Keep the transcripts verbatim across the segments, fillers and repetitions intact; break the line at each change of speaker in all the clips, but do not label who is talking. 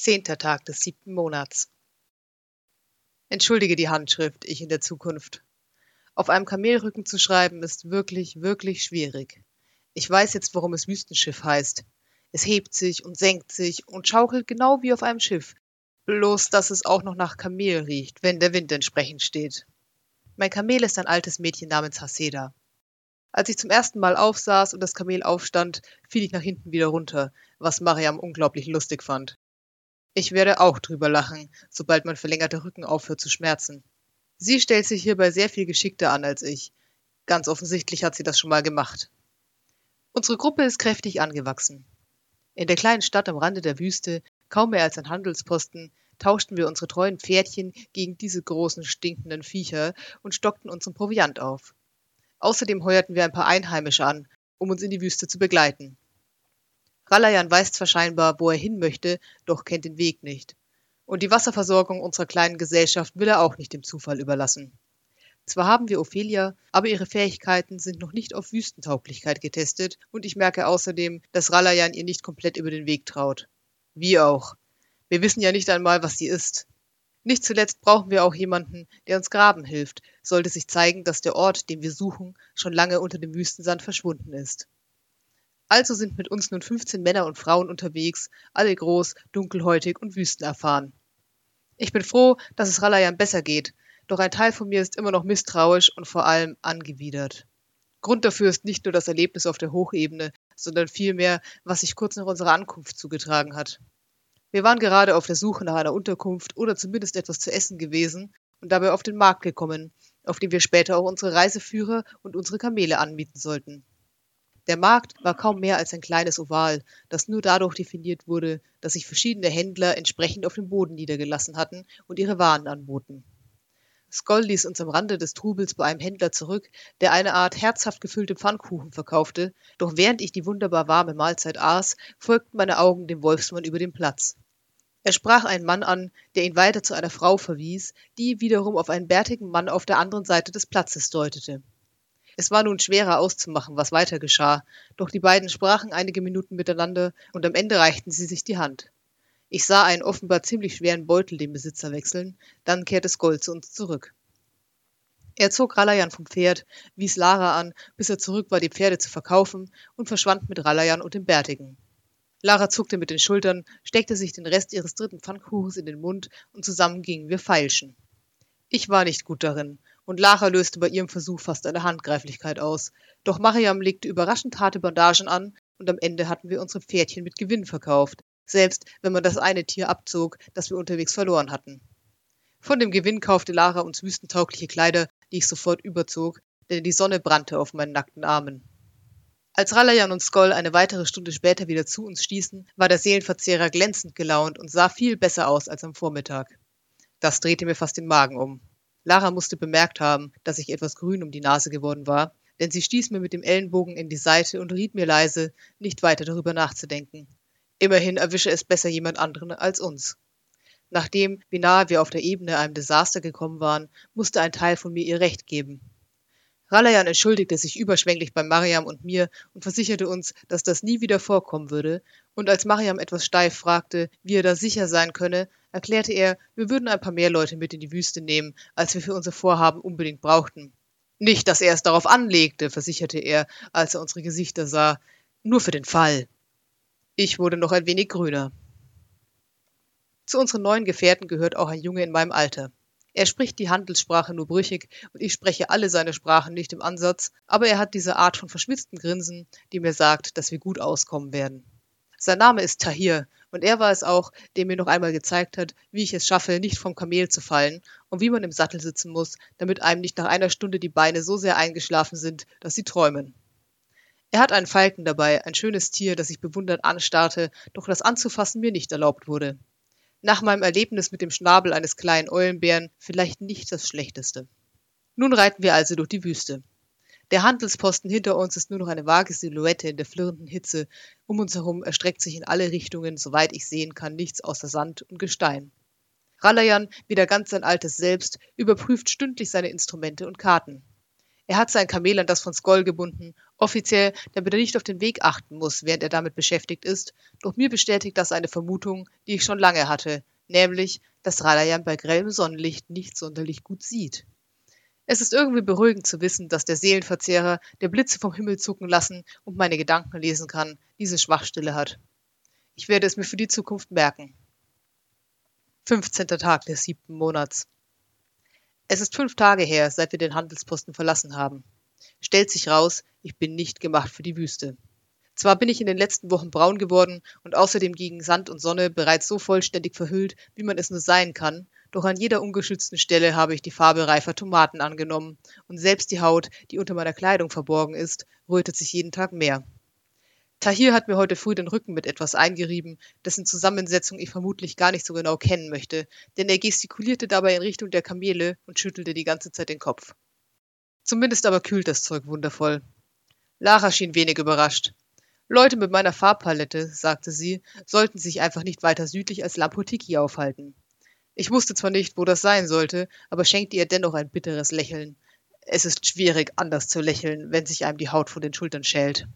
Zehnter Tag des siebten Monats. Entschuldige die Handschrift, ich in der Zukunft. Auf einem Kamelrücken zu schreiben ist wirklich, wirklich schwierig. Ich weiß jetzt, warum es Wüstenschiff heißt. Es hebt sich und senkt sich und schaukelt genau wie auf einem Schiff, bloß dass es auch noch nach Kamel riecht, wenn der Wind entsprechend steht. Mein Kamel ist ein altes Mädchen namens Haseda. Als ich zum ersten Mal aufsaß und das Kamel aufstand, fiel ich nach hinten wieder runter, was Mariam unglaublich lustig fand. Ich werde auch drüber lachen, sobald mein verlängerter Rücken aufhört zu schmerzen. Sie stellt sich hierbei sehr viel geschickter an als ich. Ganz offensichtlich hat sie das schon mal gemacht. Unsere Gruppe ist kräftig angewachsen. In der kleinen Stadt am Rande der Wüste, kaum mehr als ein Handelsposten, tauschten wir unsere treuen Pferdchen gegen diese großen, stinkenden Viecher und stockten unseren Proviant auf. Außerdem heuerten wir ein paar Einheimische an, um uns in die Wüste zu begleiten. Ralayan weiß zwar scheinbar, wo er hin möchte, doch kennt den Weg nicht. Und die Wasserversorgung unserer kleinen Gesellschaft will er auch nicht dem Zufall überlassen. Zwar haben wir Ophelia, aber ihre Fähigkeiten sind noch nicht auf Wüstentauglichkeit getestet und ich merke außerdem, dass Ralayan ihr nicht komplett über den Weg traut. Wir auch. Wir wissen ja nicht einmal, was sie ist. Nicht zuletzt brauchen wir auch jemanden, der uns graben hilft, sollte sich zeigen, dass der Ort, den wir suchen, schon lange unter dem Wüstensand verschwunden ist. Also sind mit uns nun fünfzehn Männer und Frauen unterwegs, alle groß, dunkelhäutig und wüstenerfahren. Ich bin froh, dass es Ralayan besser geht, doch ein Teil von mir ist immer noch misstrauisch und vor allem angewidert. Grund dafür ist nicht nur das Erlebnis auf der Hochebene, sondern vielmehr, was sich kurz nach unserer Ankunft zugetragen hat. Wir waren gerade auf der Suche nach einer Unterkunft oder zumindest etwas zu essen gewesen und dabei auf den Markt gekommen, auf dem wir später auch unsere Reiseführer und unsere Kamele anmieten sollten. Der Markt war kaum mehr als ein kleines Oval, das nur dadurch definiert wurde, dass sich verschiedene Händler entsprechend auf dem Boden niedergelassen hatten und ihre Waren anboten. Skoll ließ uns am Rande des Trubels bei einem Händler zurück, der eine Art herzhaft gefüllte Pfannkuchen verkaufte, doch während ich die wunderbar warme Mahlzeit aß, folgten meine Augen dem Wolfsmann über den Platz. Er sprach einen Mann an, der ihn weiter zu einer Frau verwies, die wiederum auf einen bärtigen Mann auf der anderen Seite des Platzes deutete. Es war nun schwerer auszumachen, was weiter geschah, doch die beiden sprachen einige Minuten miteinander und am Ende reichten sie sich die Hand. Ich sah einen offenbar ziemlich schweren Beutel den Besitzer wechseln, dann kehrte Skoll zu uns zurück. Er zog Ralayan vom Pferd, wies Lara an, bis er zurück war, die Pferde zu verkaufen, und verschwand mit Ralayan und dem Bärtigen. Lara zuckte mit den Schultern, steckte sich den Rest ihres dritten Pfannkuchens in den Mund und zusammen gingen wir feilschen. Ich war nicht gut darin, und Lara löste bei ihrem Versuch fast eine Handgreiflichkeit aus. Doch Mariam legte überraschend harte Bandagen an und am Ende hatten wir unsere Pferdchen mit Gewinn verkauft, selbst wenn man das eine Tier abzog, das wir unterwegs verloren hatten. Von dem Gewinn kaufte Lara uns wüstentaugliche Kleider, die ich sofort überzog, denn die Sonne brannte auf meinen nackten Armen. Als Ralayan und Skoll eine weitere Stunde später wieder zu uns stießen, war der Seelenverzehrer glänzend gelaunt und sah viel besser aus als am Vormittag. Das drehte mir fast den Magen um. Lara musste bemerkt haben, dass ich etwas grün um die Nase geworden war, denn sie stieß mir mit dem Ellenbogen in die Seite und riet mir leise, nicht weiter darüber nachzudenken. Immerhin erwische es besser jemand anderen als uns. Nachdem, wie nahe wir auf der Ebene einem Desaster gekommen waren, musste ein Teil von mir ihr Recht geben. Ralayan entschuldigte sich überschwänglich bei Mariam und mir und versicherte uns, dass das nie wieder vorkommen würde, und als Mariam etwas steif fragte, wie er da sicher sein könne, erklärte er, wir würden ein paar mehr Leute mit in die Wüste nehmen, als wir für unser Vorhaben unbedingt brauchten. Nicht, dass er es darauf anlegte, versicherte er, als er unsere Gesichter sah, nur für den Fall. Ich wurde noch ein wenig grüner. Zu unseren neuen Gefährten gehört auch ein Junge in meinem Alter. Er spricht die Handelssprache nur brüchig und ich spreche alle seine Sprachen nicht im Ansatz, aber er hat diese Art von verschmitztem Grinsen, die mir sagt, dass wir gut auskommen werden. Sein Name ist Tahir und er war es auch, der mir noch einmal gezeigt hat, wie ich es schaffe, nicht vom Kamel zu fallen und wie man im Sattel sitzen muss, damit einem nicht nach einer Stunde die Beine so sehr eingeschlafen sind, dass sie träumen. Er hat einen Falken dabei, ein schönes Tier, das ich bewundernd anstarrte, doch das anzufassen mir nicht erlaubt wurde. Nach meinem Erlebnis mit dem Schnabel eines kleinen Eulenbären vielleicht nicht das Schlechteste. Nun reiten wir also durch die Wüste. Der Handelsposten hinter uns ist nur noch eine vage Silhouette in der flirrenden Hitze. Um uns herum erstreckt sich in alle Richtungen, soweit ich sehen kann, nichts außer Sand und Gestein. Ralayan, wieder ganz sein altes Selbst, überprüft stündlich seine Instrumente und Karten. Er hat sein Kamel an das von Skoll gebunden, offiziell, damit er nicht auf den Weg achten muss, während er damit beschäftigt ist, doch mir bestätigt das eine Vermutung, die ich schon lange hatte, nämlich, dass Ralayan bei grellem Sonnenlicht nicht sonderlich gut sieht. Es ist irgendwie beruhigend zu wissen, dass der Seelenverzehrer, der Blitze vom Himmel zucken lassen und meine Gedanken lesen kann, diese Schwachstelle hat. Ich werde es mir für die Zukunft merken. fünfzehnter Tag des siebten Monats. Es ist fünf Tage her, seit wir den Handelsposten verlassen haben. Stellt sich raus, ich bin nicht gemacht für die Wüste. Zwar bin ich in den letzten Wochen braun geworden und außerdem gegen Sand und Sonne bereits so vollständig verhüllt, wie man es nur sein kann, doch an jeder ungeschützten Stelle habe ich die Farbe reifer Tomaten angenommen und selbst die Haut, die unter meiner Kleidung verborgen ist, rötet sich jeden Tag mehr. Tahir hat mir heute früh den Rücken mit etwas eingerieben, dessen Zusammensetzung ich vermutlich gar nicht so genau kennen möchte, denn er gestikulierte dabei in Richtung der Kamele und schüttelte die ganze Zeit den Kopf. Zumindest aber kühlt das Zeug wundervoll. Lara schien wenig überrascht. Leute mit meiner Farbpalette, sagte sie, sollten sich einfach nicht weiter südlich als Lampotiki aufhalten. Ich wusste zwar nicht, wo das sein sollte, aber schenkte ihr dennoch ein bitteres Lächeln. Es ist schwierig, anders zu lächeln, wenn sich einem die Haut vor den Schultern schält.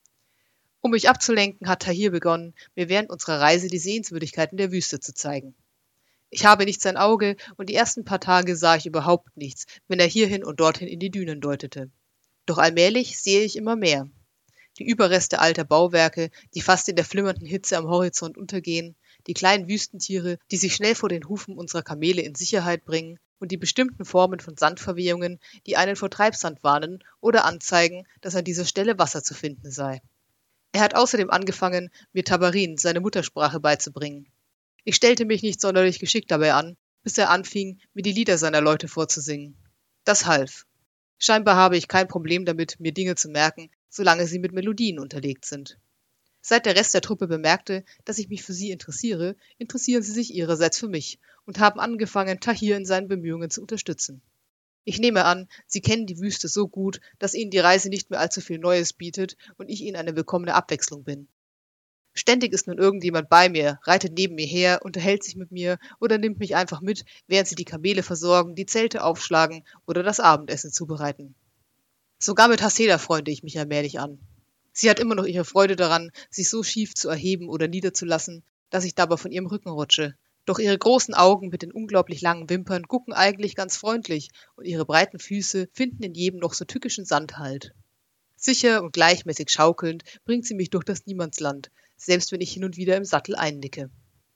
Um mich abzulenken, hat Tahir begonnen, mir während unserer Reise die Sehenswürdigkeiten der Wüste zu zeigen. Ich habe nicht sein Auge und die ersten paar Tage sah ich überhaupt nichts, wenn er hierhin und dorthin in die Dünen deutete. Doch allmählich sehe ich immer mehr. Die Überreste alter Bauwerke, die fast in der flimmernden Hitze am Horizont untergehen, die kleinen Wüstentiere, die sich schnell vor den Hufen unserer Kamele in Sicherheit bringen und die bestimmten Formen von Sandverwehungen, die einen vor Treibsand warnen oder anzeigen, dass an dieser Stelle Wasser zu finden sei. Er hat außerdem angefangen, mir Tabarin, seine Muttersprache, beizubringen. Ich stellte mich nicht sonderlich geschickt dabei an, bis er anfing, mir die Lieder seiner Leute vorzusingen. Das half. Scheinbar habe ich kein Problem damit, mir Dinge zu merken, solange sie mit Melodien unterlegt sind. Seit der Rest der Truppe bemerkte, dass ich mich für sie interessiere, interessieren sie sich ihrerseits für mich und haben angefangen, Tahir in seinen Bemühungen zu unterstützen. Ich nehme an, sie kennen die Wüste so gut, dass ihnen die Reise nicht mehr allzu viel Neues bietet und ich ihnen eine willkommene Abwechslung bin. Ständig ist nun irgendjemand bei mir, reitet neben mir her, unterhält sich mit mir oder nimmt mich einfach mit, während sie die Kamele versorgen, die Zelte aufschlagen oder das Abendessen zubereiten. Sogar mit Haseda freunde ich mich allmählich an. Sie hat immer noch ihre Freude daran, sich so schief zu erheben oder niederzulassen, dass ich dabei von ihrem Rücken rutsche. Doch ihre großen Augen mit den unglaublich langen Wimpern gucken eigentlich ganz freundlich und ihre breiten Füße finden in jedem noch so tückischen Sand Halt. Sicher und gleichmäßig schaukelnd bringt sie mich durch das Niemandsland, selbst wenn ich hin und wieder im Sattel einnicke.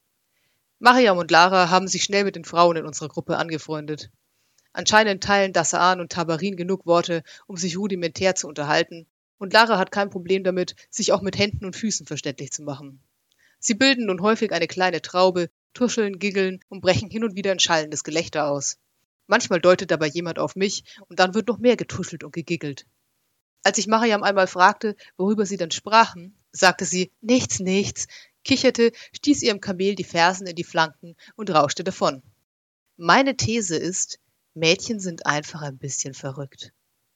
Mariam und Lara haben sich schnell mit den Frauen in unserer Gruppe angefreundet. Anscheinend teilen Dasaan und Tabarin genug Worte, um sich rudimentär zu unterhalten, und Lara hat kein Problem damit, sich auch mit Händen und Füßen verständlich zu machen. Sie bilden nun häufig eine kleine Traube, tuscheln, giggeln und brechen hin und wieder ein schallendes Gelächter aus. Manchmal deutet dabei jemand auf mich und dann wird noch mehr getuschelt und gegiggelt. Als ich Mariam einmal fragte, worüber sie denn sprachen, sagte sie, nichts, nichts, kicherte, stieß ihrem Kamel die Fersen in die Flanken und rauschte davon. Meine These ist, Mädchen sind einfach ein bisschen verrückt.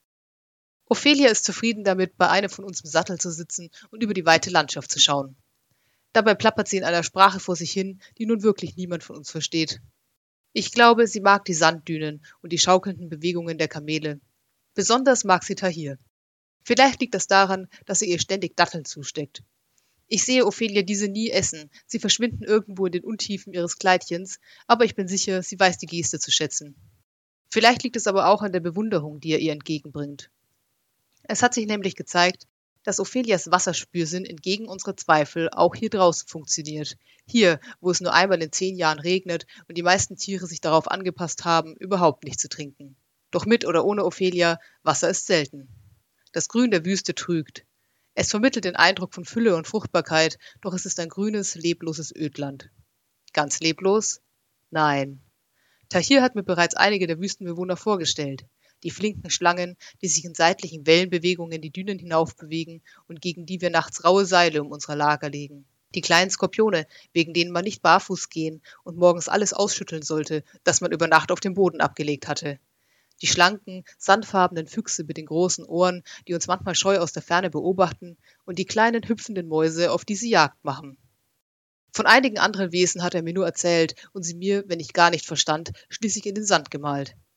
Ophelia ist zufrieden damit, bei einem von uns im Sattel zu sitzen und über die weite Landschaft zu schauen. Dabei plappert sie in einer Sprache vor sich hin, die nun wirklich niemand von uns versteht. Ich glaube, sie mag die Sanddünen und die schaukelnden Bewegungen der Kamele. Besonders mag sie Tahir. Vielleicht liegt das daran, dass er ihr ständig Datteln zusteckt. Ich sehe Ophelia diese nie essen, sie verschwinden irgendwo in den Untiefen ihres Kleidchens, aber ich bin sicher, sie weiß die Geste zu schätzen. Vielleicht liegt es aber auch an der Bewunderung, die er ihr entgegenbringt. Es hat sich nämlich gezeigt, dass Ophelias Wasserspürsinn entgegen unserer Zweifel auch hier draußen funktioniert. Hier, wo es nur einmal in zehn Jahren regnet und die meisten Tiere sich darauf angepasst haben, überhaupt nicht zu trinken. Doch mit oder ohne Ophelia, Wasser ist selten. Das Grün der Wüste trügt. Es vermittelt den Eindruck von Fülle und Fruchtbarkeit, doch es ist ein grünes, lebloses Ödland. Ganz leblos? Nein. Tahir hat mir bereits einige der Wüstenbewohner vorgestellt. Die flinken Schlangen, die sich in seitlichen Wellenbewegungen die Dünen hinaufbewegen und gegen die wir nachts raue Seile um unser Lager legen. Die kleinen Skorpione, wegen denen man nicht barfuß gehen und morgens alles ausschütteln sollte, das man über Nacht auf dem Boden abgelegt hatte. Die schlanken, sandfarbenen Füchse mit den großen Ohren, die uns manchmal scheu aus der Ferne beobachten, und die kleinen hüpfenden Mäuse, auf die sie Jagd machen. Von einigen anderen Wesen hat er mir nur erzählt und sie mir, wenn ich gar nicht verstand, schließlich in den Sand gemalt.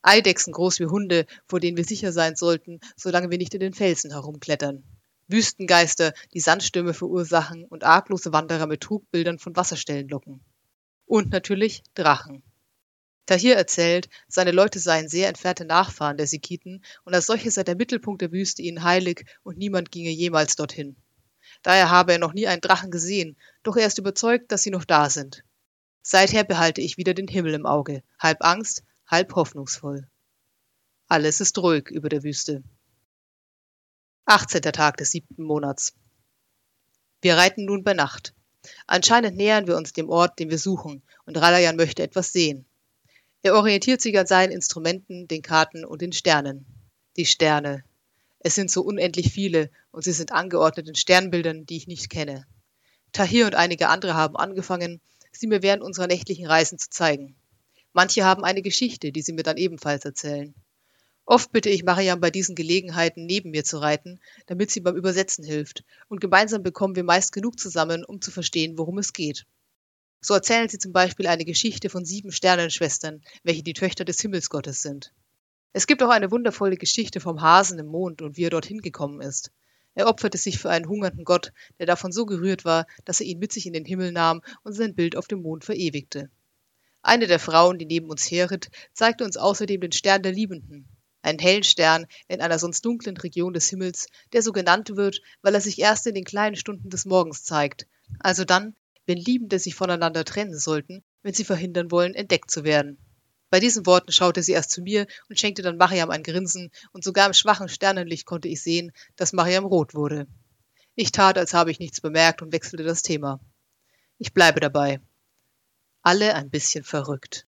Eidechsen groß wie Hunde, vor denen wir sicher sein sollten, solange wir nicht in den Felsen herumklettern. Wüstengeister, die Sandstürme verursachen und arglose Wanderer mit Trugbildern von Wasserstellen locken. Und natürlich Drachen. Tahir erzählt, seine Leute seien sehr entfernte Nachfahren der Sikiten und als solche sei der Mittelpunkt der Wüste ihnen heilig und niemand ginge jemals dorthin. Daher habe er noch nie einen Drachen gesehen, doch er ist überzeugt, dass sie noch da sind. Seither behalte ich wieder den Himmel im Auge, halb Angst, halb hoffnungsvoll. Alles ist ruhig über der Wüste. achtzehnter Tag des siebten Monats. Wir reiten nun bei Nacht. Anscheinend nähern wir uns dem Ort, den wir suchen, und Ralayan möchte etwas sehen. Er orientiert sich an seinen Instrumenten, den Karten und den Sternen. Die Sterne. Es sind so unendlich viele und sie sind angeordnet in Sternbildern, die ich nicht kenne. Tahir und einige andere haben angefangen, sie mir während unserer nächtlichen Reisen zu zeigen. Manche haben eine Geschichte, die sie mir dann ebenfalls erzählen. Oft bitte ich Mariam bei diesen Gelegenheiten neben mir zu reiten, damit sie beim Übersetzen hilft, und gemeinsam bekommen wir meist genug zusammen, um zu verstehen, worum es geht. So erzählen sie zum Beispiel eine Geschichte von sieben Sternenschwestern, welche die Töchter des Himmelsgottes sind. Es gibt auch eine wundervolle Geschichte vom Hasen im Mond und wie er dorthin gekommen ist. Er opferte sich für einen hungernden Gott, der davon so gerührt war, dass er ihn mit sich in den Himmel nahm und sein Bild auf dem Mond verewigte. Eine der Frauen, die neben uns herritt, zeigte uns außerdem den Stern der Liebenden. Einen hellen Stern in einer sonst dunklen Region des Himmels, der so genannt wird, weil er sich erst in den kleinen Stunden des Morgens zeigt, also dann, wenn Liebende sich voneinander trennen sollten, wenn sie verhindern wollen, entdeckt zu werden. Bei diesen Worten schaute sie erst zu mir und schenkte dann Mariam ein Grinsen, und sogar im schwachen Sternenlicht konnte ich sehen, dass Mariam rot wurde. Ich tat, als habe ich nichts bemerkt und wechselte das Thema. Ich bleibe dabei. Alle ein bisschen verrückt.